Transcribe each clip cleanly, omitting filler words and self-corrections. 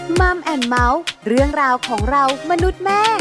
มัมแอนด์เมาส์เรื่องราวของเรามนุษย์แม่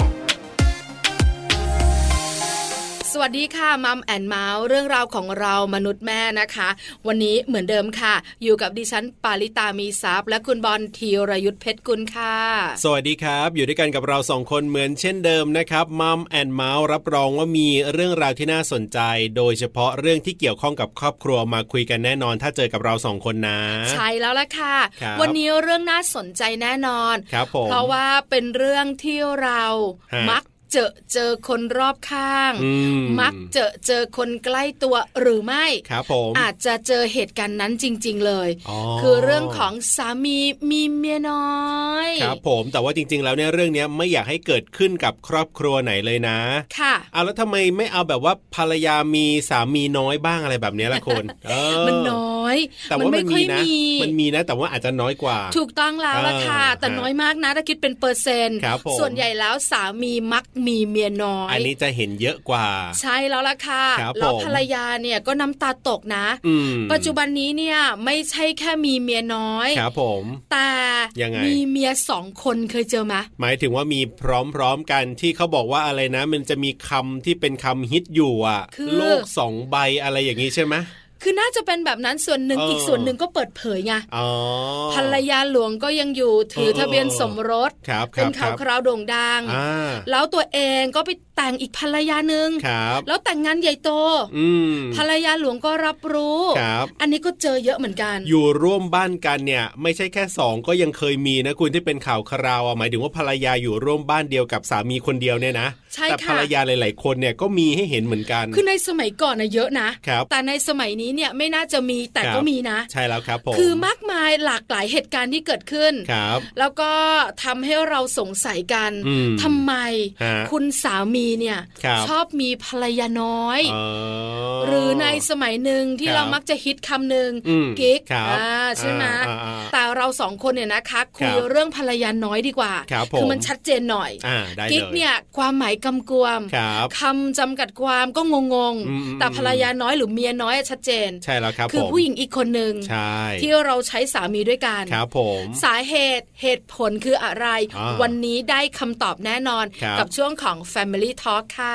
สวัสดีค่ะมัมแอนเมาส์เรื่องราวของเรามนุษย์แม่นะคะวันนี้เหมือนเดิมค่ะอยู่กับดิฉันปาริตามีทรัพย์และคุณบอลธีรยุทธเพชรกุลค่ะสวัสดีครับอยู่ด้วยกันกับเราสองคนเหมือนเช่นเดิมนะครับมัมแอนเมาส์รับรองว่ามีเรื่องราวที่น่าสนใจโดยเฉพาะเรื่องที่เกี่ยวข้องกับครอบครัวมาคุยกันแน่นอนถ้าเจอกับเราสองคนนะใช่แล้วล่ะค่ะวันนี้เรื่องน่าสนใจแน่นอนเพราะว่าเป็นเรื่องที่เรามักเจอคนรอบข้างมักเจอคนใกล้ตัวหรือไม่ครับผมอาจจะเจอเหตุการณ์นั้นจริงๆเลยคือเรื่องของสามีมีเมียน้อยครับผมแต่ว่าจริงๆแล้วเนี่ยเรื่องนี้ไม่อยากให้เกิดขึ้นกับครอบครัวไหนเลยนะค่ะเอาแล้วทำไมไม่เอาแบบว่าภรรยามีสามีน้อยบ้างอะไรแบบนี้ล่ะคุณมันน้อยแต่ว่ามันมีนะแต่ว่าอาจจะน้อยกว่าถูกต้องแล้วล่ะค่ะแต่น้อยมากนะถ้าคิดเป็นเปอร์เซ็นต์ส่วนใหญ่แล้วสามีมักมีเมียน้อยอันนี้จะเห็นเยอะกว่าใช่แล้วล่ะค่ะแล้วภรรยาเนี่ยก็น้ำตาตกนะปัจจุบันนี้เนี่ยไม่ใช่แค่มีเมียน้อยครับผมแต่มีเมีย2 คนเคยเจอไหมหมายถึงว่ามีพร้อมๆกันที่เขาบอกว่าอะไรนะมันจะมีคำที่เป็นคำฮิตอยู่อ่ะโลก2 ใบอะไรอย่างนี้ใช่ไหมคือน่าจะเป็นแบบนั้นส่วนหนึ่งอีกส่วนหนึ่งก็เปิดเผยไงภรรยาหลวงก็ยังอยู่ถือทะเบียนสมรสเป็นข่าวคราวโด่งดังแล้วตัวเองก็ไปแต่งอีกภรรยาหนึ่งแล้วแต่งงานใหญ่โตภรรยาหลวงก็รับรู้อันนี้ก็เจอเยอะเหมือนกันอยู่ร่วมบ้านกันเนี่ยไม่ใช่แค่2ก็ยังเคยมีนะคุณที่เป็นข่าวคราวหมายถึงว่าภรรยาอยู่ร่วมบ้านเดียวกับสามีคนเดียวเนี่ยนะแต่ภรรยาหลายๆคนเนี่ยก็มีให้เห็นเหมือนกันคือในสมัยก่อนนะเยอะนะแต่ในสมัยนี้เนี่ยไม่น่าจะมีแต่ก็มีนะใช่แล้วครับผมคือมากมายหลากหลายเหตุการณ์ที่เกิดขึ้นแล้วก็ทำให้เราสงสัยกันทำไมคุณสามีเนี่ยชอบมีภรรยาน้อยหรือในสมัยหนึ่งที่เรามักจะฮิตคำหนึ่งกิ๊กใช่ไหมแต่เรา2 คนเนี่ยนะคะคุยเรื่องภรรยาน้อยดีกว่าคือมันชัดเจนหน่อยกิ๊กเนี่ยความหมายกำกวมคำจำกัดความก็งงแต่ภรรยาน้อยหรือเมียน้อยชัดเจนใช่แล้วครับคือผู้หญิงอีกคนหนึ่งที่เราใช้สามีด้วยกันครับผมสาเหตุผลคืออะไรวันนี้ได้คำตอบแน่นอนกับช่วงของ Family Talk ค่ะ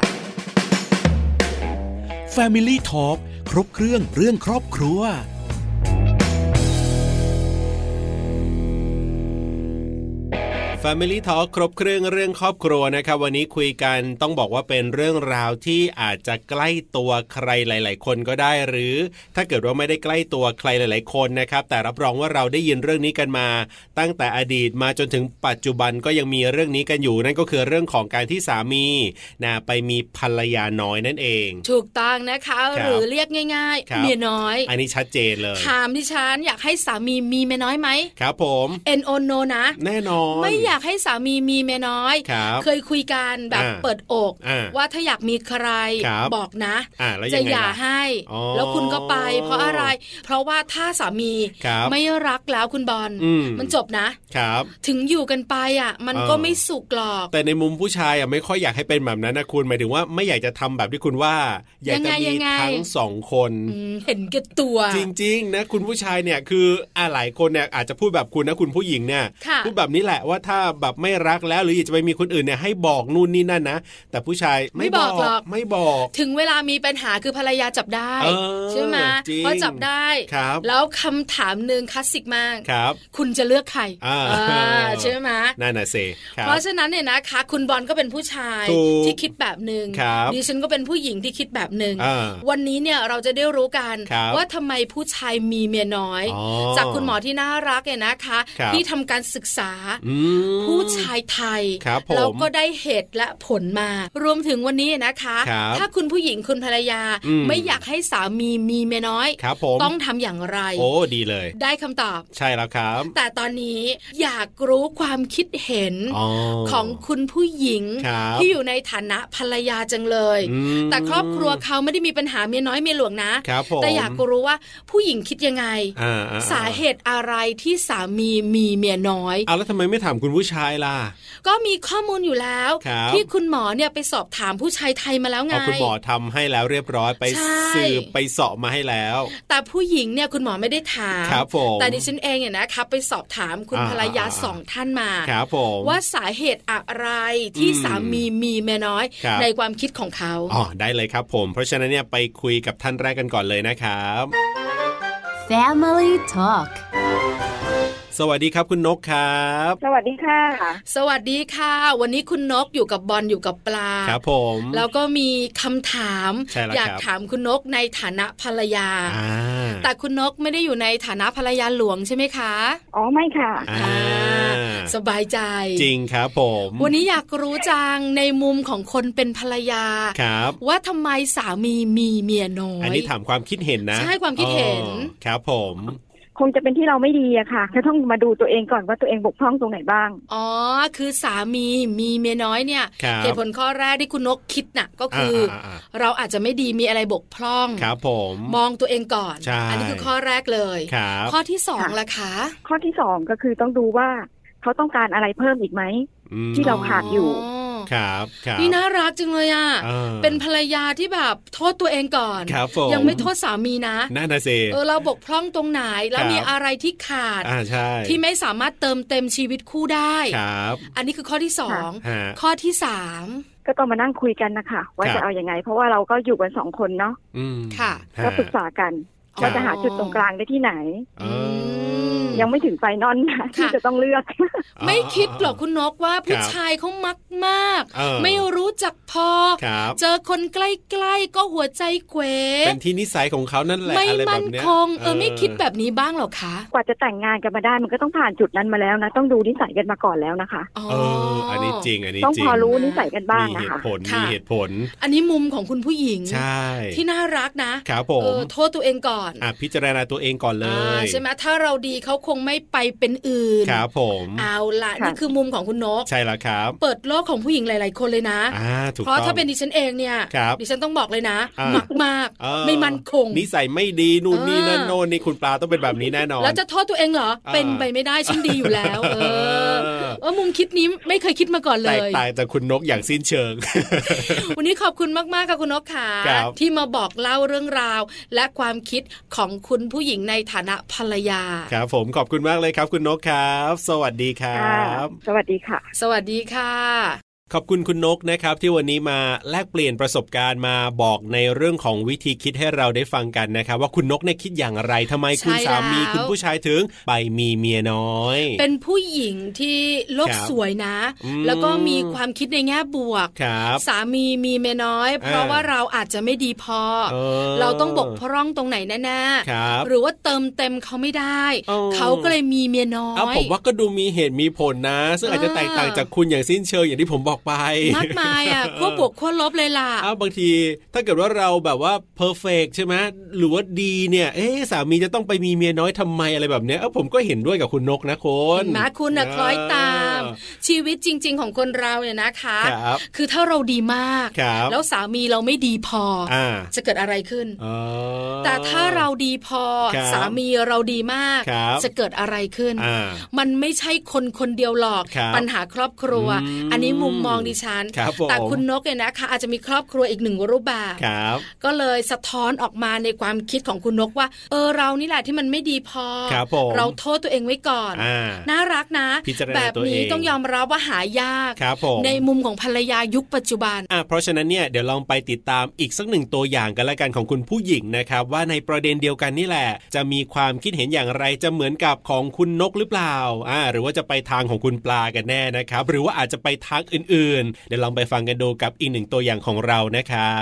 Family Talk ครบเครื่องครอบครัว Family Talk ครบเครื่องครอบครัวนะครับวันนี้คุยกันต้องบอกว่าเป็นเรื่องราวที่อาจจะใกล้ตัวใครหลายๆคนก็ได้หรือถ้าเกิดว่าไม่ได้ใกล้ตัวใครหลายๆคนนะครับแต่รับรองว่าเราได้ยินเรื่องนี้กันมาตั้งแต่อดีตมาจนถึงปัจจุบันก็ยังมีเรื่องนี้กันอยู่นั่นก็คือเรื่องของการที่สามีไปมีภรรยาน้อยนั่นเองถูกต้องนะคะหรือเรียกง่ายๆเมียน้อยอันนี้ชัดเจนเลยถามดิฉันอยากให้สามีมีเมียน้อยไหมครับผม no นะแน่นอนไม่อยากให้สามีมีเมียน้อยเคยคุยกันแบบเปิดอกว่าถ้าอยากมีใครบอกนะจะหย่าให้แล้วคุณก็ไปเพราะอะไรเพราะว่าถ้าสามีไม่รักแล้วคุณบอลมันจบนะถึงอยู่กันไปมันก็ไม่สุขหรอกแต่ในมุมผู้ชายไม่ค่อยอยากให้เป็นแบบนั้นนะคุณหมายถึงว่าไม่อยากจะทำแบบที่คุณว่าอยากจะมีทั้ง2 คนเห็นแก่ตัวจริงๆนะคุณผู้ชายเนี่ยคือหลายคนเนี่ยอาจจะพูดแบบคุณนะคุณผู้หญิงเนี่ยพูดแบบนี้แหละว่าถ้าแบบไม่รักแล้วหรืออยากจะไปมีคนอื่นเนี่ยให้บอกนู่นนี่นั่นนะแต่ผู้ชายไม่บอกหรอกไม่บอกถึงเวลามีปัญหาคือภรรยาจับได้ใช่ไหมพอจับได้แล้วคำถามนึงคลาสสิกมากคุณจะเลือกใครใช่ไหมนั่นน่ะสิเพราะฉะนั้นเนี่ยนะคะคุณบอลก็เป็นผู้ชายที่คิดแบบนึงดิฉันก็เป็นผู้หญิงที่คิดแบบนึงวันนี้เนี่ยเราจะได้รู้กันว่าทำไมผู้ชายมีเมียน้อยจากคุณหมอที่น่ารักเนี่ยนะคะที่ทำการศึกษาผู้ชายไทยแล้วก็ได้เหตุและผลมารวมถึงวันนี้นะคะถ้าคุณผู้หญิงคุณภรรยาไม่อยากให้สามีมีเมียน้อยต้องทำอย่างไรโอ้ดีเลยได้คำตอบใช่แล้วครับแต่ตอนนี้อยากรู้ความคิดเห็นของคุณผู้หญิงที่อยู่ในฐานะภรรยาจังเลยแต่ครอบครัวเขาไม่ได้มีปัญหาเมียน้อยเมียหลวงนะแต่อยากรู้ว่าผู้หญิงคิดยังไงสาเหตุอะไรที่สามีมีเมียน้อยแล้วทำไมไม่ถามคุณผู้ผู้ชายล่ะก็มีข้อมูลอยู่แล้วที่คุณหมอเนี่ยไปสอบถามผู้ชายไทยมาแล้วไงคุณหมอทำให้แล้วเรียบร้อยไปสืบไปเสาะมาให้แล้วแต่ผู้หญิงเนี่ยคุณหมอไม่ได้ถามแต่ดิฉันเองเนี่ยนะครับไปสอบถามคุณภรรยา2ท่านมาว่าสาเหตุอะไรที่สามีมีเมียน้อยในความคิดของเขาได้เลยครับผมเพราะฉะนั้นเนี่ยไปคุยกับท่านแรกกันก่อนเลยนะครับ Family Talk สวัสดีครับคุณนกครับสวัสดีค่ะสวัสดีค่ะวันนี้คุณนกอยู่กับบอลอยู่กับปลาครับผมแล้วก็มีคำถามอยากถามคุณนกในฐานะภรรยาแต่คุณนกไม่ได้อยู่ในฐานะภรรยาหลวงใช่ไหมคะอ๋อไม่ค่ะสบายใจจริงครับผมวันนี้อยากรู้จังในมุมของคนเป็นภรรยาว่าทำไมสามีมีเมียน้อยอันนี้ถามความคิดเห็นนะใช่ความคิดเห็นครับผมคงจะเป็นที่เราไม่ดีอะค่ะจะต้องมาดูตัวเองก่อนว่าตัวเองบกพร่องตรงไหนบ้างอ๋อคือสามีมีเมียน้อยเนี่ยเหตุผลข้อแรกที่คุณนกคิดน่ะก็คือเราอาจจะไม่ดีมีอะไรบกพร่องครับผมมองตัวเองก่อนอันนี้คือข้อแรกเลยข้อที่2ล่ะคะข้อที่2ก็คือต้องดูว่าเขาต้องการอะไรเพิ่มอีกไหมที่เราขาดอยู่ครับนี่น่ารักจังเลยอ่ะเป็นภรรยาที่แบบโทษตัวเองก่อนยังไม่โทษสามีนะนั่นน่ะสิเราบกพร่องตรงไหนแล้วมีอะไรที่ขาดที่ไม่สามารถเติมเต็มชีวิตคู่ได้อันนี้คือข้อที่2ข้อที่3 ก็ต้องมานั่งคุยกันนะคะว่าจะเอายังไงเพราะว่าเราก็อยู่กัน2คนเนาะค่ะก็ปรึกษากันว่าจะหาจุดตรงกลางได้ที่ไหนยังไม่ถึงไฟนอลนะที่จะต้องเลือกไม่คิดหรอกคุณนกว่าผู้ชายเขามักมากไม่รู้จักพอเจอคนใกล้ๆก็หัวใจเกวเป็นที่นิสัยของเขานั่นแหละไม่มั่นคงไม่คิดแบบนี้บ้างหรอคะกว่าจะแต่งงานกันมาได้มันก็ต้องผ่านจุดนั้นมาแล้วนะต้องดูนิสัยกันมาก่อนแล้วนะคะอันนี้จริงอันนี้ต้องพอรู้นิสัยกันบ้างนะคะมีเหตุผลอันนี้มุมของคุณผู้หญิงใช่ที่น่ารักนะครับผมโทษตัวเองก่อนพิจารณาตัวเองก่อนเลยใช่ไหมถ้าเราดีเขาคงไม่ไปเป็นอื่นครับผมเอาล่ะนี่คือมุมของคุณนกใช่แล้วครับเปิดโลกของผู้หญิงหลายๆคนเลยนะเพราะถ้าเป็นดิฉันเองเนี่ยดิฉันต้องบอกเลยนะมากไม่มั่นคงนิสัยไม่ดีนู่นนี่นั่นโน่นนี่คุณปลาต้องเป็นแบบนี้แน่นอนแล้วจะโทษตัวเองเหรอเป็นไปไม่ได้ฉันดีอยู่แล้วมุมคิดนี้ไม่เคยคิดมาก่อนเลยแตกต่างจากคุณนกอย่างสิ้นเชิงวันนี้ขอบคุณมากๆค่ะคุณนกค่ะที่มาบอกเล่าเรื่องราวและความคิดของคุณผู้หญิงในฐานะภรรยาครับผมขอบคุณมากเลยครับคุณนกครับสวัสดีครับสวัสดีค่ะสวัสดีค่ะขอบคุณคุณนกนะครับที่วันนี้มาแลกเปลี่ยนประสบการณ์มาบอกในเรื่องของวิธีคิดให้เราได้ฟังกันนะครับว่าคุณนกเนี่ยคิดอย่างไรทำไมคุณสามีคุณผู้ชายถึงไปมีเมียน้อยเป็นผู้หญิงที่โลกสวยนะแล้วก็มีความคิดในแง่บวกสามีมีเมียน้อยเพราะว่าเราอาจจะไม่ดีพอเราต้องบกพร่องตรงไหนแน่ๆหรือว่าเติมเต็มเขาไม่ได้เขาก็เลยมีเมียน้อยผมว่าก็ดูมีเหตุมีผลนะซึ่งอาจจะแตกต่างจากคุณอย่างสิ้นเชิงอย่างที่ผมบอกไปมากมายขั้วบวกขั้วลบเลยล่ะบางทีถ้าเกิดว่าเราแบบว่าเพอร์เฟกต์ใช่ไหมหรือว่าดีเนี่ยสามีจะต้องไปมีเมียน้อยทำไมอะไรแบบเนี้ยผมก็เห็นด้วยกับคุณนกนะคุณมาคุณนะคล้อยตามชีวิตจริงๆของคนเราเนี่ยนะคะคือถ้าเราดีมากแล้วสามีเราไม่ดีพอจะเกิดอะไรขึ้นแต่ถ้าเราดีพอสามีเราดีมากจะเกิดอะไรขึ้นมันไม่ใช่คนคนเดียวหรอกปัญหาครอบครัวอันนี้มุมมองดิฉันแต่คุณนกเนี่ยนะคะอาจจะมีครอบครัวอีกหนึ่งรูปแบบก็เลยสะท้อนออกมาในความคิดของคุณนกว่าเรานี่แหละที่มันไม่ดีพอเราโทษตัวเองไว้ก่อนน่ารักนะแบบนี้ต้องยอมรับว่าหายากในมุมของภรรยายุคปัจจุบันเพราะฉะนั้นเนี่ยเดี๋ยวลองไปติดตามอีกสักหนึ่งตัวอย่างกันละกันของคุณผู้หญิงนะครับว่าในประเด็นเดียวกันนี่แหละจะมีความคิดเห็นอย่างไรจะเหมือนกับของคุณนกหรือเปล่าหรือว่าจะไปทางของคุณปลากันแน่นะครับหรือว่าอาจจะไปทางอื่นๆเดี๋ยวลองไปฟังกันดูกับอีกหนึ่งตัวอย่างของเรานะครับ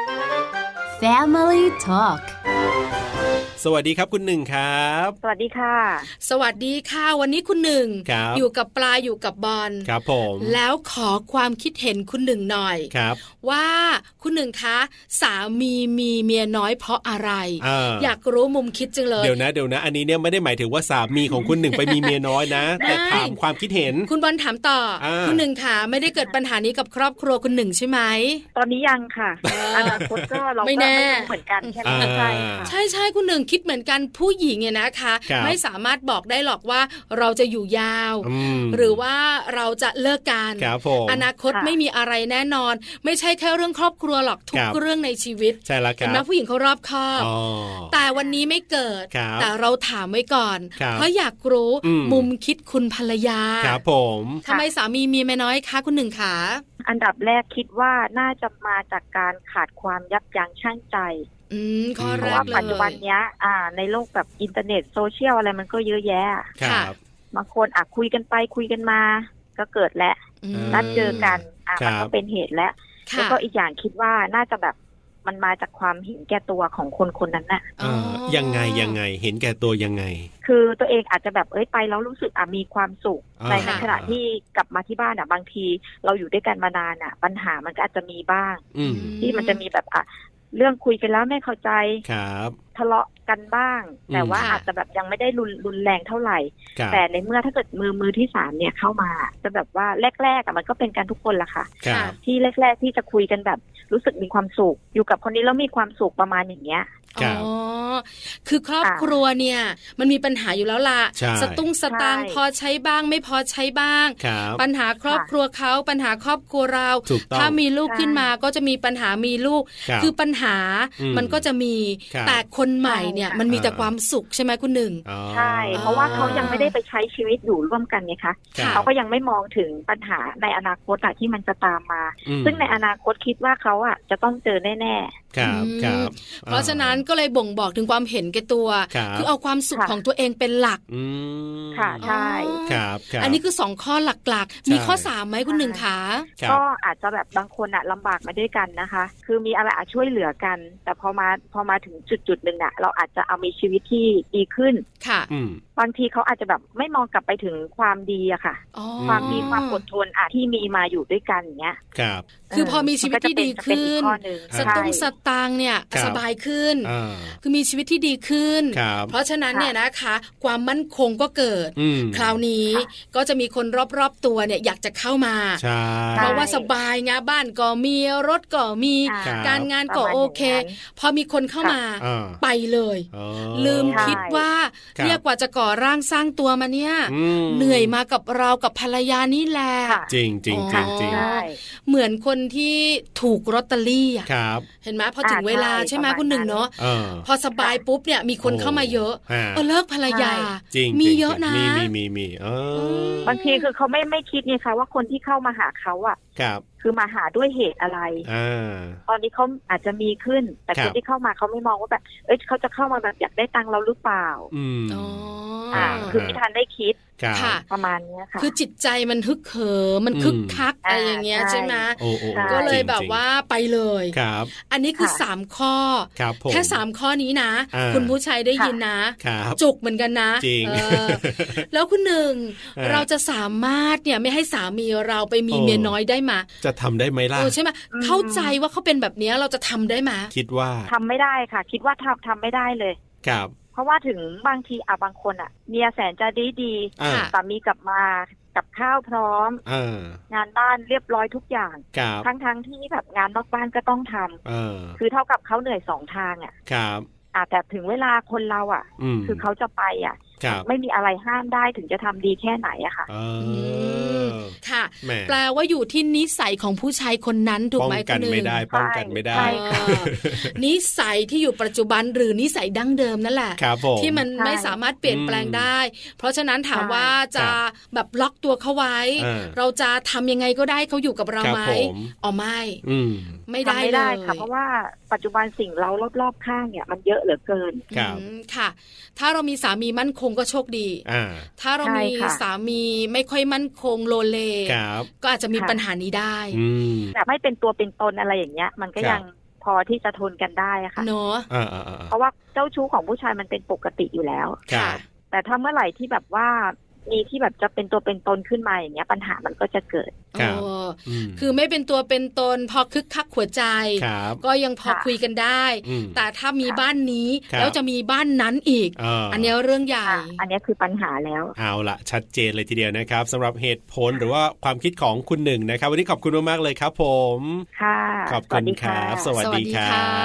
Family Talk สวัสดีครับคุณหนึ่งครับสวัสดีค่ะสวัสดีค่ะวันนี้คุณหนึ่งอยู่กับปลาอยู่กับบอลครับผมแล้วขอความคิดเห็นคุณหนึ่งหน่อยครับว่าคุณหนึ่งคะสามีมีเมียน้อยเพราะอะไร อยากรู้มุมคิดจังเลยเดี๋ยวนะอันนี้เนี่ยไม่ได้หมายถึงว่าสามีของคุณหนึ่งไปมีเมียน้อยนะแต่ถามความคิดเห็นคุณบอลถามต่อคุณหนึ่งค่ะไม่ได้เกิดปัญหานี้กับครอบครัวคุณหนึ่งใช่ไหมตอนนี้ยังค่ะอนาคตก็เราไม่แน่เหมือนกันใช่ไหมใช่คุณหนึ่งคิดเหมือนกันผู้หญิงเนี่ยนะคะไม่สามารถบอกได้หรอกว่าเราจะอยู่ยาวหรือว่าเราจะเลิกกันอนาคตไม่มีอะไรแน่นอนไม่ใช่แค่เรื่องครอบครัวหรอกทุกเรื่องในชีวิตใช่แล้วครับเห็นไหมผู้หญิงเขารอบคอบแต่วันนี้ไม่เกิดแต่เราถามไว้ก่อนเพราะอยากรู้มุมคิดคุณภรรยาครับผมทำไมสามีมีเมียน้อยคะคุณหนึ่งขาอันดับแรกคิดว่าน่าจะมาจากการขาดความยับยั้งชั่งใจข้อแรกเลยเพราะว่าปัจจุบันนี้ในโลกแบบอินเทอร์เน็ตโซเชียลอะไรมันก็เยอะแยะบางคนคุยกันไปคุยกันมาก็เกิดแล้วนัดเจอกันมันก็เป็นเหตุแล้วก็อีกอย่างคิดว่าน่าจะแบบมันมาจากความเห็นแก่ตัวของคนคนนั้นน่ะยังไงเห็นแก่ตัวยังไงคือตัวเองอาจจะแบบไปแล้วรู้สึกมีความสุขในขณะที่กลับมาที่บ้านบางทีเราอยู่ด้วยกันมานานปัญหามันก็อาจจะมีบ้างที่มันจะมีแบบเรื่องคุยกันแล้วไม่เข้าใจทะเลาะกันบ้างแต่ว่าอาจจะแบบยังไม่ได้รุนแรงเท่าไหร่แต่ในเมื่อถ้าเกิดมือที่สามเนี่ยเข้ามาจะแบบว่าแรกๆมันก็เป็นกันทุกคนละค่ะที่แรกๆที่จะคุยกันแบบรู้สึกมีความสุขอยู่กับคนนี้แล้วมีความสุขประมาณอย่างเงี้ยคือครอบครัวเนี่ยมันมีปัญหาอยู่แล้วล่ะสตุ้งสตางค์พอใช้บ้างไม่พอใช้บ้างปัญหาครอบครัวเขาปัญหาครอบครัวเราถ้ามีลูกขึ้นมาก็จะมีปัญหามีลูกคือปัญหามันก็จะมีแต่คนใหม่เนี่ยมันมีแต่ความสุขใช่ไหมคุณหนึ่งใช่เพราะว่าเขายังไม่ได้ไปใช้ชีวิตอยู่ร่วมกันไงคะเขาก็ยังไม่มองถึงปัญหาในอนาคตที่มันจะตามมาซึ่งในอนาคตคิดว่าเขาจะต้องเจอแน่ๆเพราะฉะนั้นก็เลยบ่งบอกถึงความเห็นแก่ตัวคือเอาความสุขของตัวเองเป็นหลักค่ะใช่อันนี้คือ2ข้อหลักๆมีข้อ3ไหมคุณหนึ่งคะก็อาจจะแบบบางคนลำบากมาด้วยกันนะคะคือมีอะไรช่วยเหลือกันแต่พอมาถึงจุดนึงเราอาจจะเอามีชีวิตที่ดีขึ้นค่ะบางทีเขาอาจจะแบบไม่มองกลับไปถึงความดีอะค่ะความดีความอดทนที่มีมาอยู่ด้วยกันอย่างเงี้ยคือพอมีชีวิตที่ดีขึ้นสตุ้งสตางค์เนี่ยสบายขึ้นคือมีชีวิตที่ดีขึ้นเพราะฉะนั้นเนี่ยนะคะความมั่นคงก็เกิดคราวนี้ก็จะมีคนรอบๆตัวเนี่ยอยากจะเข้ามาเพราะว่าสบายไงบ้านก็มีรถก็มีการงานก็โอเคพอมีคนเข้ามาไปเลยลืมคิดว่าเรียกว่าจะก่อร่างสร้างตัวมาเนี่ยเหนื่อยมากับเรากับภรรยานี่แหละจริงจริงจริงเหมือนคนที่ถูกลอตเตอรี่เห็นไหมพอถึงเวลาใช่ไหมคุณหนึ่งเนาะพอสบายปุ๊บเนี่ยมีคนเข้ามาเยอะเลิกภรรยามีเยอะนะมีบางทีคือเขาไม่คิดไงคะว่าคนที่เข้ามาหาเขาคือมาหาด้วยเหตุอะไรตอนนี้เขาอาจจะมีขึ้นแต่คนที่เข้ามาเขาไม่มองว่าแบบเขาจะเข้ามาแบบอยากได้ตังค์เราหรือเปล่าคือไม่ทันได้คิดประมาณนี้ค่ะคือจิตใจมันฮึกเหิมมันคึกคักอะไรอย่างเงี้ยใช่ไหมก็เลยแบบว่าไปเลยอันนี้คือ3ข้อแค่3ข้อนี้นะคุณผู้ชายได้ยินนะจุกเหมือนกันนะแล้วคุณหนึ่งเราจะสามารถเนี่ยไม่ให้สามีเราไปมีเมียน้อยได้มาจะทำได้ไหมล่ะใช่ไหมเข้าใจว่าเขาเป็นแบบนี้เราจะทำได้ไหมคิดว่าทำไม่ได้ค่ะคิดว่าทำไม่ได้เลยเพราะว่าถึงบางทีบางคนเมียแสนจะดีสามีกลับมากับข้าวพร้อมงานบ้านเรียบร้อยทุกอย่างทั้งที่แบบงานนอกบ้านก็ต้องทำคือเท่ากับเขาเหนื่อย2ทางแต่ถึงเวลาคนเราคือเขาจะไปไม่มีอะไรห้ามได้ถึงจะทำดีแค่ไหนอะค่ะค่ะแปลว่าอยู่ที่นิสัยของผู้ชายคนนั้นถูกไหมคุณหนึ่งป้องกันไม่ได้นิสัยที่อยู่ปัจจุบันหรือนิสัยดั้งเดิมนั่นแหละที่มันไม่สามารถเปลี่ยนแปลงได้เพราะฉะนั้นถามว่าจะแบบล็อกตัวเขาไว้เราจะทำยังไงก็ได้เขาอยู่กับเราไหมไม่ได้เลยค่ะเพราะว่าปัจจุบันสิ่งเรารอบๆข้างเนี่ยมันเยอะเหลือเกินค่ะถ้าเรามีสามีมั่นคงก็โชคดีถ้าเรามีสามีไม่ค่อยมั่นคงโลเลก็อาจจะมีปัญหานี้ได้แต่ไม่เป็นตัวเป็นตนอะไรอย่างเงี้ยมันก็ยังพอที่จะทนกันได้ค่ะเนาะเพราะว่าเจ้าชู้ของผู้ชายมันเป็นปกติอยู่แล้วแต่ถ้าเมื่อไหร่ที่แบบว่ามีที่แบบจะเป็นตัวเป็นตนขึ้นมาอย่างเงี้ยปัญหามันก็จะเกิดคือไม่เป็นตัวเป็นตนพอคึกคักหัวใจก็ยังพอคุยกันได้แต่ถ้ามีบ้านนี้แล้วจะมีบ้านนั้นอีกอันนี้เรื่องใหญ่อันนี้คือปัญหาแล้วเอาละชัดเจนเลยทีเดียวนะครับสำหรับเหตุผลหรือว่าความคิดของคุณหนึ่งนะครับวันนี้ขอบคุณมากๆเลยครับผมค่ะขอบคุณครับสวัสดีครับ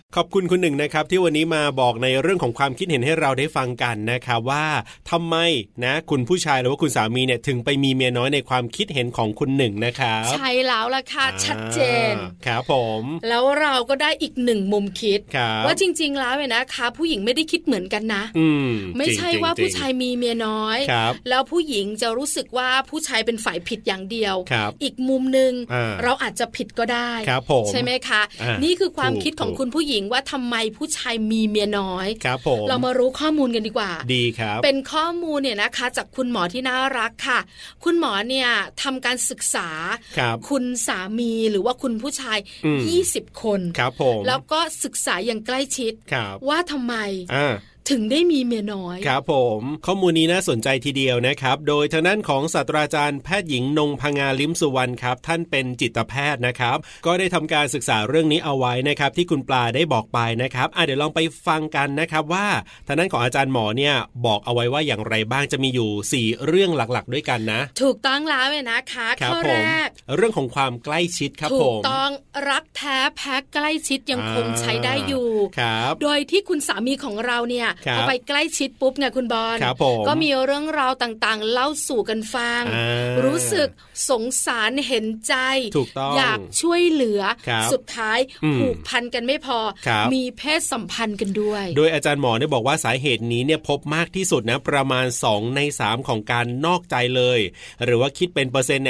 ขอบคุณคุณหนึ่งนะครับที่วันนี้มาบอกในเรื่องของความคิดเห็นให้เราได้ฟังกันนะครับว่าทำไมนะคุณผู้ชายหรือว่าคุณสามีเนี่ยถึงไปมีเมียน้อยในความคิดเห็นของคุณหนึ่งนะครับใช่แล้วล่ะค่ะชัดเจนครับผมแล้วเราก็ได้อีกหนึ่งมุมคิดว่าจริงๆแล้วเนี่ยนะคะผู้หญิงไม่ได้คิดเหมือนกันนะไม่ใช่ว่าผู้ชายมีเมียน้อยแล้วผู้หญิงจะรู้สึกว่าผู้ชายเป็นฝ่ายผิดอย่างเดียวอีกมุมนึงเราอาจจะผิดก็ได้ใช่ไหมคะนี่คือความคิดของคุณผู้หญิงว่าทำไมผู้ชายมีเมียน้อยเรามารู้ข้อมูลกันดีกว่าดีครับเป็นข้อมูลเนี่ยนะคะจากคุณหมอที่น่ารักค่ะคุณหมอเนี่ยทำการศึกษาคุณสามีหรือว่าคุณผู้ชาย20 คนแล้วก็ศึกษาอย่างใกล้ชิดว่าทำไมถึงได้มีเมียน้อยครับผมข้อมูลนี้น่าสนใจทีเดียวนะครับโดยทางด้านของศาสตราจารย์แพทย์หญิงนงพงาลิ้มสุวรรณครับท่านเป็นจิตแพทย์นะครับก็ได้ทำการศึกษาเรื่องนี้เอาไว้นะครับที่คุณปลาได้บอกไปนะครับเดี๋ยวลองไปฟังกันนะครับว่าทางด้านของอาจารย์หมอเนี่ยบอกเอาไว้ว่าอย่างไรบ้างจะมีอยู่4เรื่องหลักๆด้วยกันนะถูกต้องแล้วเลยนะคะข้อแรกเรื่องของความใกล้ชิดครับผมถูกต้องรักแท้แพ้ใกล้ชิดยังคงใช้ได้อยู่โดยที่คุณสามีของเราเนี่ยพอไปใกล้ชิดปุ๊บไงคุณบอลก็มีเรื่องราวต่างๆเล่าสู่กันฟังรู้สึกสงสารเห็นใจอยากช่วยเหลือสุดท้ายผูกพันกันไม่พอมีเพศสัมพันธ์กันด้วยโดยอาจารย์หมอเนี่ยบอกว่าสาเหตุนี้เนี่ยพบมากที่สุดนะประมาณ2 ใน 3ของการนอกใจเลยหรือว่าคิดเป็นเปอร์เซ็นต์เนี่ย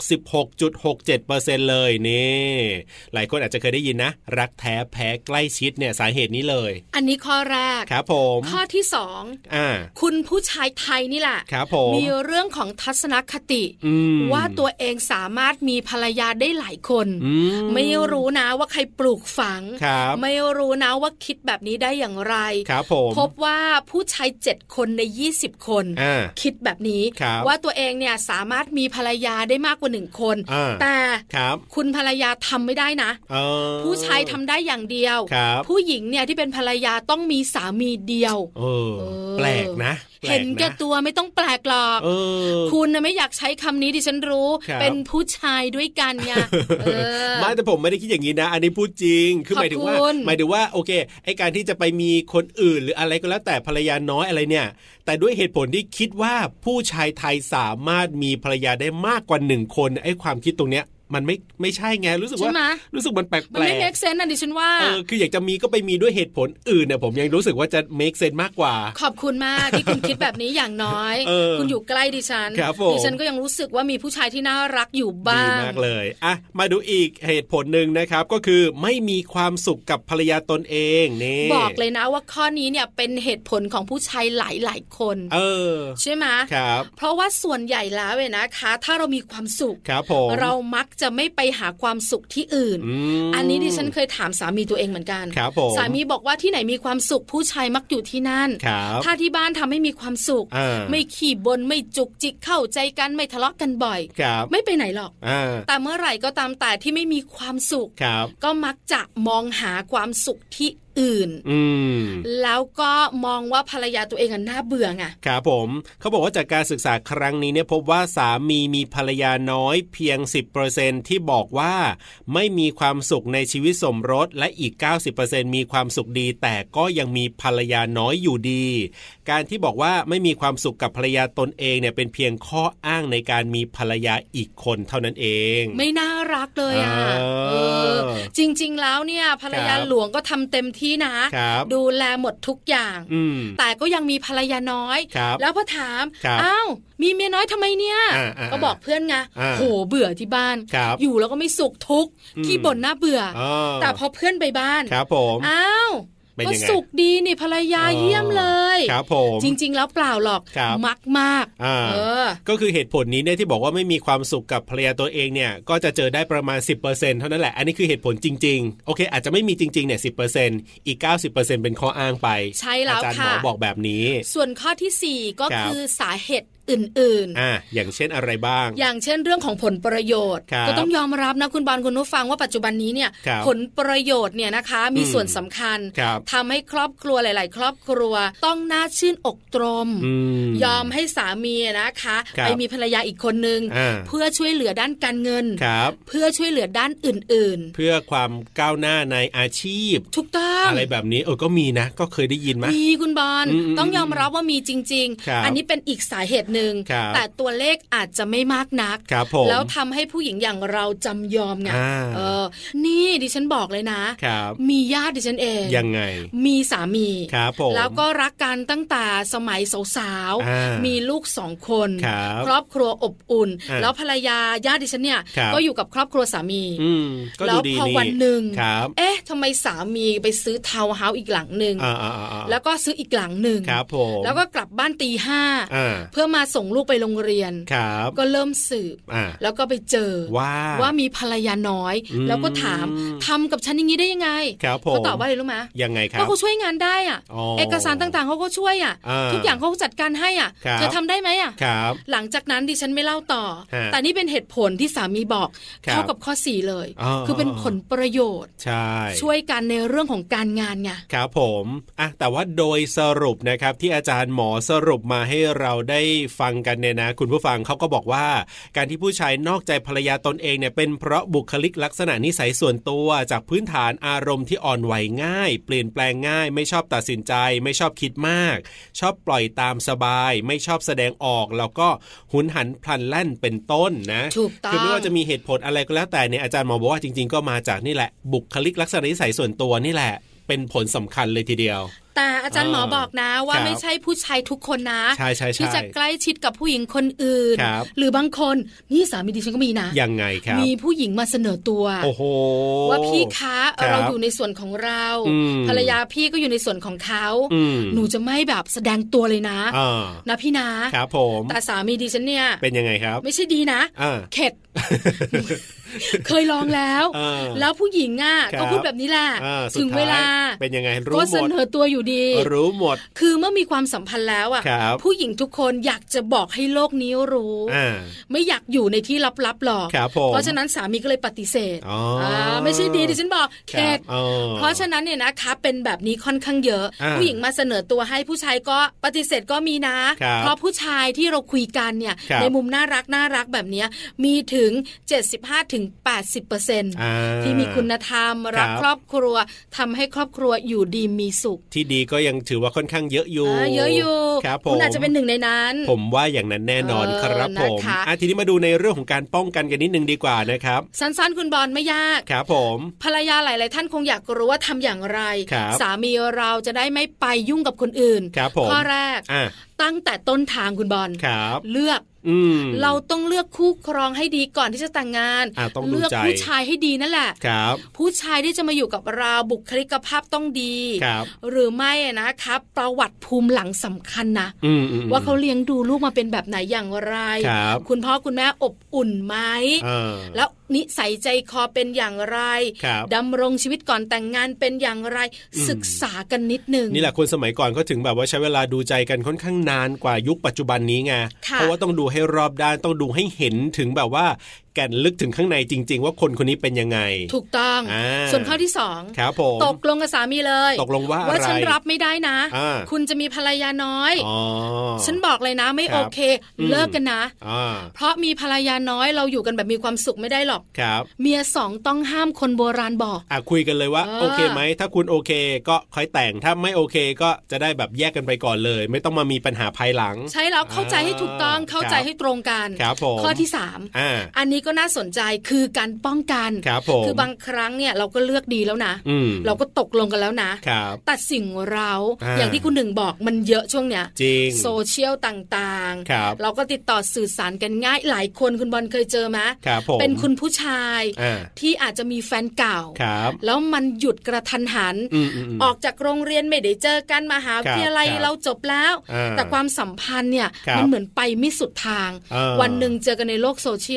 66.67% เลยนี่หลายคนอาจจะเคยได้ยินนะรักแท้แพ้ใกล้ชิดเนี่ยสาเหตุนี้เลยอันนี้ข้อแรกครับผมข้อที่2คุณผู้ชายไทยนี่แหละมีเรื่องของทัศนคติว่าตัวเองสามารถมีภรรยาได้หลายคนไม่รู้นะว่าใครปลูกฝังไม่รู้นะว่าคิดแบบนี้ได้อย่างไรพบว่าผู้ชาย7 คนใน20 คนคิดแบบนี้ว่าตัวเองเนี่ยสามารถมีภรรยาได้มากกว่า1 คนแต่คุณภรรยาทำไม่ได้นะผู้ชายทำได้อย่างเดียวผู้หญิงเนี่ยที่เป็นภรรยาต้องมีสามีเดียวแปลกนะเห็นแก่ตัวไม่ต้องแปลกหรอกคุณนะไม่อยากใช้คำนี้ดิฉันรู้เป็นผู้ชายด้วยกันไงไม่แต่ผมไม่ได้คิดอย่างนี้นะอันนี้พูดจริงคือหมายถึงว่าโอเคไอ้การที่จะไปมีคนอื่นหรืออะไรก็แล้วแต่ภรรยาน้อยอะไรเนี่ยแต่ด้วยเหตุผลที่คิดว่าผู้ชายไทยสามารถมีภรรยาได้มากกว่า1 คนไอ้ความคิดตรงเนี้ยมันไม่ใช่ไงรู้สึกว่ามันแปลกๆมันไม่ make sense นะดิฉันว่าคืออยากจะมีก็ไปมีด้วยเหตุผลอื่นเนี่ยผมยังรู้สึกว่าจะ make sense มากกว่าขอบคุณมากที่คุณคิดแบบนี้อย่างน้อยคุณอยู่ใกล้ดิฉันดิฉันก็ยังรู้สึกว่ามีผู้ชายที่น่ารักอยู่บ้างดีมากเลยมาดูอีกเหตุผลนึงนะครับก็คือไม่มีความสุขกับภรรยาตนเองนี่บอกเลยนะว่าข้อนี้เนี่ยเป็นเหตุผลของผู้ชายหลายคนใช่ไหมครับเพราะว่าส่วนใหญ่แล้วเนี่ยนะคะถ้าเรามีความสุขเรามักจะไม่ไปหาความสุขที่อื่นอันนี้ดิฉันเคยถามสามีตัวเองเหมือนกันสามีบอกว่าที่ไหนมีความสุขผู้ชายมักอยู่ที่นั่นถ้าที่บ้านทำให้มีความสุขไม่ขี้บ่นไม่จุกจิกเข้าใจกันไม่ทะเลาะกันบ่อยไม่ไปไหนหรอกแต่เมื่อไหร่ก็ตามแต่ที่ไม่มีความสุขก็มักจะมองหาความสุขที่อื่นแล้วก็มองว่าภรรยาตัวเองน่าเบื่อไงครับผมเขาบอกว่าจากการศึกษาครั้งนี้เนี่ยพบว่าสามีมีภรรยาน้อยเพียง 10% ที่บอกว่าไม่มีความสุขในชีวิตสมรสและอีก 90% มีความสุขดีแต่ก็ยังมีภรรยาน้อยอยู่ดีการที่บอกว่าไม่มีความสุขกับภรรยาตนเองเนี่ยเป็นเพียงข้ออ้างในการมีภรรยาอีกคนเท่านั้นเองไม่น่ารักเลยจริงๆแล้วเนี่ยภรรยาหลวงก็ทำเต็มที่นะดูแลหมดทุกอย่างแต่ก็ยังมีภรรยาน้อยแล้วพอถามอ้าวมีเมียน้อยทำไมเนี่ยก็บอกเพื่อนไงโหเบื่อที่บ้านอยู่แล้วก็ไม่สุขทุกข์ขี้บ่นน่าเบื่อแต่พอเพื่อนไปบ้านอ้าวก็สุขดีนี่ภรรยาเยี่ยมเลยครับผมจริงๆแล้วเปล่าหรอกมักมากก็คือเหตุผลนี้เนี่ยที่บอกว่าไม่มีความสุขกับภรรยาตัวเองเนี่ยก็จะเจอได้ประมาณ 10% เท่านั้นแหละอันนี้คือเหตุผลจริงๆโอเคอาจจะไม่มีจริงๆเนี่ย 10% อีก 90% เป็นข้ออ้างไปใช่แล้วค่ะอาจารย์หมอบอกแบบนี้ส่วนข้อที่4ก็คือสาเหตุอื่นๆอย่างเช่นอะไรบ้างอย่างเช่นเรื่องของผลประโยชน์ก็ต้องยอมรับนะคุณบอลคุณผู้ฟังว่าปัจจุบันนี้เนี่ยผลประโยชน์เนี่ยนะคะมีส่วนสำคัญทำให้ครอบครัวหลายๆครอบครัวต้องน่าชื่นอกตรมยอมให้สามีนะคะไปมีภรรยาอีกคนนึงเพื่อช่วยเหลือด้านการเงินเพื่อช่วยเหลือด้านอื่นๆเพื่อความก้าวหน้าในอาชีพถูกต้องอะไรแบบนี้ก็มีนะก็เคยได้ยินมั้ยมีคุณบอลต้องยอมรับว่ามีจริงๆอันนี้เป็นอีกสาเหตุนึงแต่ตัวเลขอาจจะไม่มากนักแล้วทำให้ผู้หญิงอย่างเราจำยอมไงนี่ดิฉันบอกเลยนะมีญาติดิฉันเองยังไงมีสามีแล้วก็รักกันตั้งแต่สมัยสาวๆมีลูก2 คนครอบครัวอบอุ่นแล้วภรรยาญาติดิฉันเนี่ยก็อยู่กับครอบครัวสามีแล้วพอวันหนึ่งทำไมสามีไปซื้อทาวน์เฮาส์อีกหลังนึงแล้วก็ซื้ออีกหลังนึงแล้วก็กลับบ้านตี 5เพื่อมาส่งลูกไปโรงเรียนก็เริ่มสืบแล้วก็ไปเจอว่ามีภรรยาน้อยแล้วก็ถามทำกับฉันอย่างนี้ได้ยังไงเขาตอบว่าอะไรรู้ไหมยังไงครับก็เขาช่วยงานได้เอกสารต่างๆเขาก็ช่วยทุกอย่างเขาจัดการให้เธอทำได้ไหมหลังจากนั้นดิฉันไม่เล่าต่อแต่นี่เป็นเหตุผลที่สามีบอกเข้ากับข้อ4เลยคือเป็นผลประโยชน์ช่วยกันในเรื่องของการงานไงครับผมแต่ว่าโดยสรุปนะครับที่อาจารย์หมอสรุปมาให้เราได้ฟังกันเนี่ยนะคุณผู้ฟังเขาก็บอกว่าการที่ผู้ชายนอกใจภรรยาตนเองเนี่ยเป็นเพราะบุคลิกลักษณะนิสัยส่วนตัวจากพื้นฐานอารมณ์ที่อ่อนไหวง่ายเปลี่ยนแปลงง่ายไม่ชอบตัดสินใจไม่ชอบคิดมากชอบปล่อยตามสบายไม่ชอบแสดงออกแล้วก็หุนหันพลันแล่นเป็นต้นนะคือไม่ว่าจะมีเหตุผลอะไรก็แล้วแต่เนี่ยอาจารย์หมอบอกว่าจริงๆก็มาจากนี่แหละบุคลิกลักษณะนิสัยส่วนตัวนี่แหละเป็นผลสำคัญเลยทีเดียวแต่อาจารย์หมอบอกนะว่าไม่ใช่ผู้ชายทุกคนนะที่จะใกล้ชิดกับผู้หญิงคนอื่นหรือบางคนนี่สามีดิฉันก็มีนะยังไงครับมีผู้หญิงมาเสนอตัวว่าพี่คะเราอยู่ในส่วนของเราภรรยาพี่ก็อยู่ในส่วนของเขาหนูจะไม่แบบแสดงตัวเลยนะพี่นะครับผมแต่สามีดิฉันเนี่ยเป็นยังไงครับไม่ใช่ดีนะเข็ดเคยลองแล้วผู้หญิงก็พูดแบบนี้แหละถึงเวลาเป็นยังไงรู้หมดก็เสนอตัวอยู่ดีรู้หมดคือเมื่อมีความสัมพันธ์แล้วผู้หญิงทุกคนอยากจะบอกให้โลกนี้รู้ไม่อยากอยู่ในที่ลับๆหรอกเพราะฉะนั้นสามีก็เลยปฏิเสธไม่ใช่ดีดิฉันบอกเข็ดเพราะฉะนั้นเนี่ยนะคะเป็นแบบนี้ค่อนข้างเยอะผู้หญิงมาเสนอตัวให้ผู้ชายก็ปฏิเสธก็มีนะเพราะผู้ชายที่เราคุยกันเนี่ยในมุมน่ารักแบบนี้มีถึง 75-80% ที่มีคุณธรรมรักครอบครัวทำให้ครอบครัวอยู่ดีมีสุขที่ดีก็ยังถือว่าค่อนข้างเยอะอยู่คุณอาจจะเป็นหนึ่งในนั้นผมว่าอย่างนั้นแน่นอนครับผมทีนี้มาดูในเรื่องของการป้องกันกันนิดนึงดีกว่านะครับสั้นๆคุณบอลไม่ยากครับผมภรรยาหลายๆท่านคงอยากรู้ว่าทำอย่างไรสามีเราจะได้ไม่ไปยุ่งกับคนอื่นข้อแรกตั้งแต่ต้นทางคุณบอลเลือกเราต้องเลือกคู่ครองให้ดีก่อนที่จะแต่งงานเลือกผู้ชายให้ดีนั่นแหละผู้ชายที่จะมาอยู่กับเราบุคลิกภาพต้องดีหรือไม่นะครับประวัติภูมิหลังสำคัญนะว่าเขาเลี้ยงดูลูกมาเป็นแบบไหนอย่างไรคุณพ่อคุณแม่อบอุ่นไหมแล้วนิสัยใจคอเป็นอย่างไรดำรงชีวิตก่อนแต่งงานเป็นอย่างไรศึกษากันนิดนึงนี่แหละคนสมัยก่อนก็ถึงแบบว่าใช้เวลาดูใจกันค่อนข้างนานกว่ายุคปัจจุบันนี้ไงเพราะว่าต้องดูให้รอบด้านต้องดูให้เห็นถึงแบบว่าแก่นลึกถึงข้างในจริงๆว่าคนคนนี้เป็นยังไงถูกต้องส่วนข้อที่2 ครับผมตกลงกับสามีเลยตกลงว่าฉันรับไม่ได้นะคุณจะมีภรรยาน้อยฉันบอกเลยนะไม่โอเคเลิกกันนะเพราะมีภรรยาน้อยเราอยู่กันแบบมีความสุขไม่ได้หรอกเมีย2ต้องห้ามคนโบราณบอกคุยกันเลยว่าโอเคไหมถ้าคุณโอเคก็ค่อยแต่งถ้าไม่โอเคก็จะได้แบบแยกกันไปก่อนเลยไม่ต้องมามีปัญหาภายหลังใช่แล้วเข้าใจให้ถูกต้องเข้าใจให้ตรงกันข้อที่3อันนี้ก็น่าสนใจคือการป้องกันคือบางครั้งเนี่ยเราก็เลือกดีแล้วนะเราก็ตกลงกันแล้วนะแต่สิ่งเราอย่างที่คุณหนึ่งบอกมันเยอะช่วงเนี้ยโซเชียลต่างๆเราก็ติดต่อสื่อสารกันง่ายหลายคนคุณบอลเคยเจอไหมเป็นคุณผู้ชายที่อาจจะมีแฟนเก่าแล้วมันหยุดกระทันหันออกจากโรงเรียนไม่ได้เจอกันมหาวิทยาลัยเราจบแล้วแต่ความสัมพันธ์เนี่ยมันเหมือนไปไม่สุดทางวันหนึ่งเจอกันในโลกโซเชียล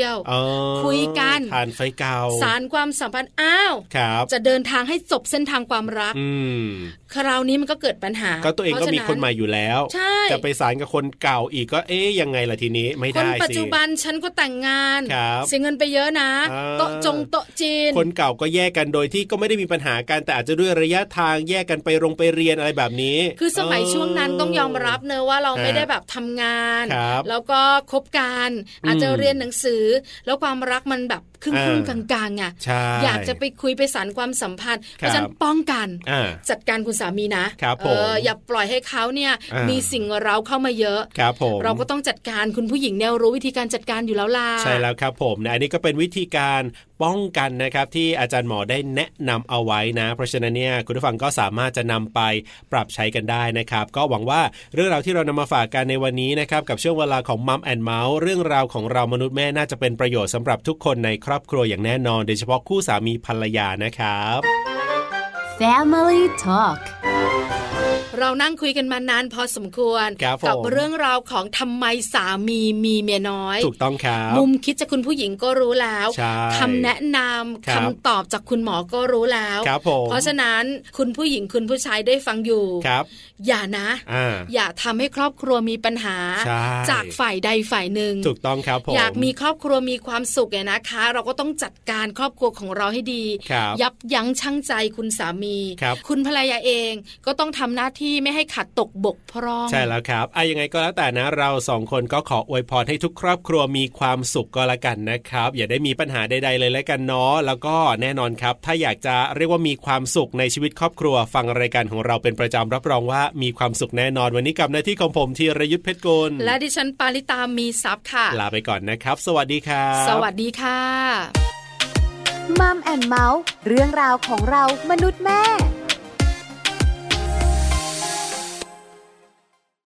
คุยกันผ่านไฟเก่าสารความสัมพันธ์อ้าวจะเดินทางให้จบเส้นทางความรักคราวนี้มันก็เกิดปัญหาก็ตัวเองก็มีคนใหม่อยู่แล้วจะไปสารกับคนเก่าอีกก็ยังไงล่ะทีนี้ไม่ได้สิคนปัจจุบันฉันก็แต่งงานเสียเงินไปเยอะนะโต๊ะจีนคนเก่าก็แยกกันโดยที่ก็ไม่ได้มีปัญหากันแต่อาจจะด้วยระยะทางแยกกันไปไปเรียนอะไรแบบนี้คือสมัยช่วงนั้นต้องยอมรับเนอะว่าเราไม่ได้แบบทำงานแล้วก็คบกันอาจจะเรียนหนังสือแล้วความรักมันแบบครึ่งกลางๆอ่ะอยากจะไปคุยไปสานความสัมพันธ์เพราะฉะนั้นป้องกันจัดการคุณสามีนะอย่าปล่อยให้เขาเนี่ยมีสิ่งเร้าเข้ามาเยอะเราก็ต้องจัดการคุณผู้หญิงเนี่ยรู้วิธีการจัดการอยู่แล้วล่ะใช่แล้วครับผมอันนี้ก็เป็นวิธีการป้องกันนะครับที่อาจารย์หมอได้แนะนำเอาไว้นะเพราะฉะนั้นเนี่ยคุณผู้ฟังก็สามารถจะนำไปปรับใช้กันได้นะครับก็หวังว่าเรื่องราวที่เรานำมาฝากกันในวันนี้นะครับกับช่วงเวลาของมัมแอนด์เมาส์เรื่องราวของเรามนุษย์แม่น่าจะเป็นประโยชน์สำหรับทุกคนในครอบครัวอย่างแน่นอนโดยเฉพาะคู่สามีภรรยานะครับ Family Talk เรานั่งคุยกันมานานพอสมควรกับเรื่องราวของทำไมสามีมีเมียน้อยถูกต้องครับมุมคิดจากคุณผู้หญิงก็รู้แล้วคำแนะนำคำตอบจากคุณหมอก็รู้แล้วเพราะฉะนั้นคุณผู้หญิงคุณผู้ชายได้ฟังอยู่อย่านะอย่าทำให้ครอบครัวมีปัญหาจากฝ่ายใดฝ่ายหนึ่งถูกต้องครับผมอยากมีครอบครัวมีความสุขเนี่ยนะคะเราก็ต้องจัดการครอบครัวของเราให้ดียับยั้งชั่งใจคุณสามีคุณภรรยาเองก็ต้องทำหน้าที่ไม่ให้ขัดตกบกพร่องใช่แล้วครับยังไงก็แล้วแต่นะเราสองคนก็ขออวยพรให้ทุกครอบครัวมีความสุขก็แล้วกันนะครับอย่าได้มีปัญหาใดๆเลยแล้วกันเนาะแล้วก็แน่นอนครับถ้าอยากจะเรียกว่ามีความสุขในชีวิตครอบครัวฟังรายการของเราเป็นประจำรับรองว่ามีความสุขแน่นอนวันนี้กับหน้าที่ของผมธีรยุทธเพชรกุลและดิฉันปาริตามีทรัพย์ค่ะลาไปก่อนนะครับสวัสดีครับสวัสดีค่ะมัมแอนด์เมาส์เรื่องราวของเรามนุษย์แม่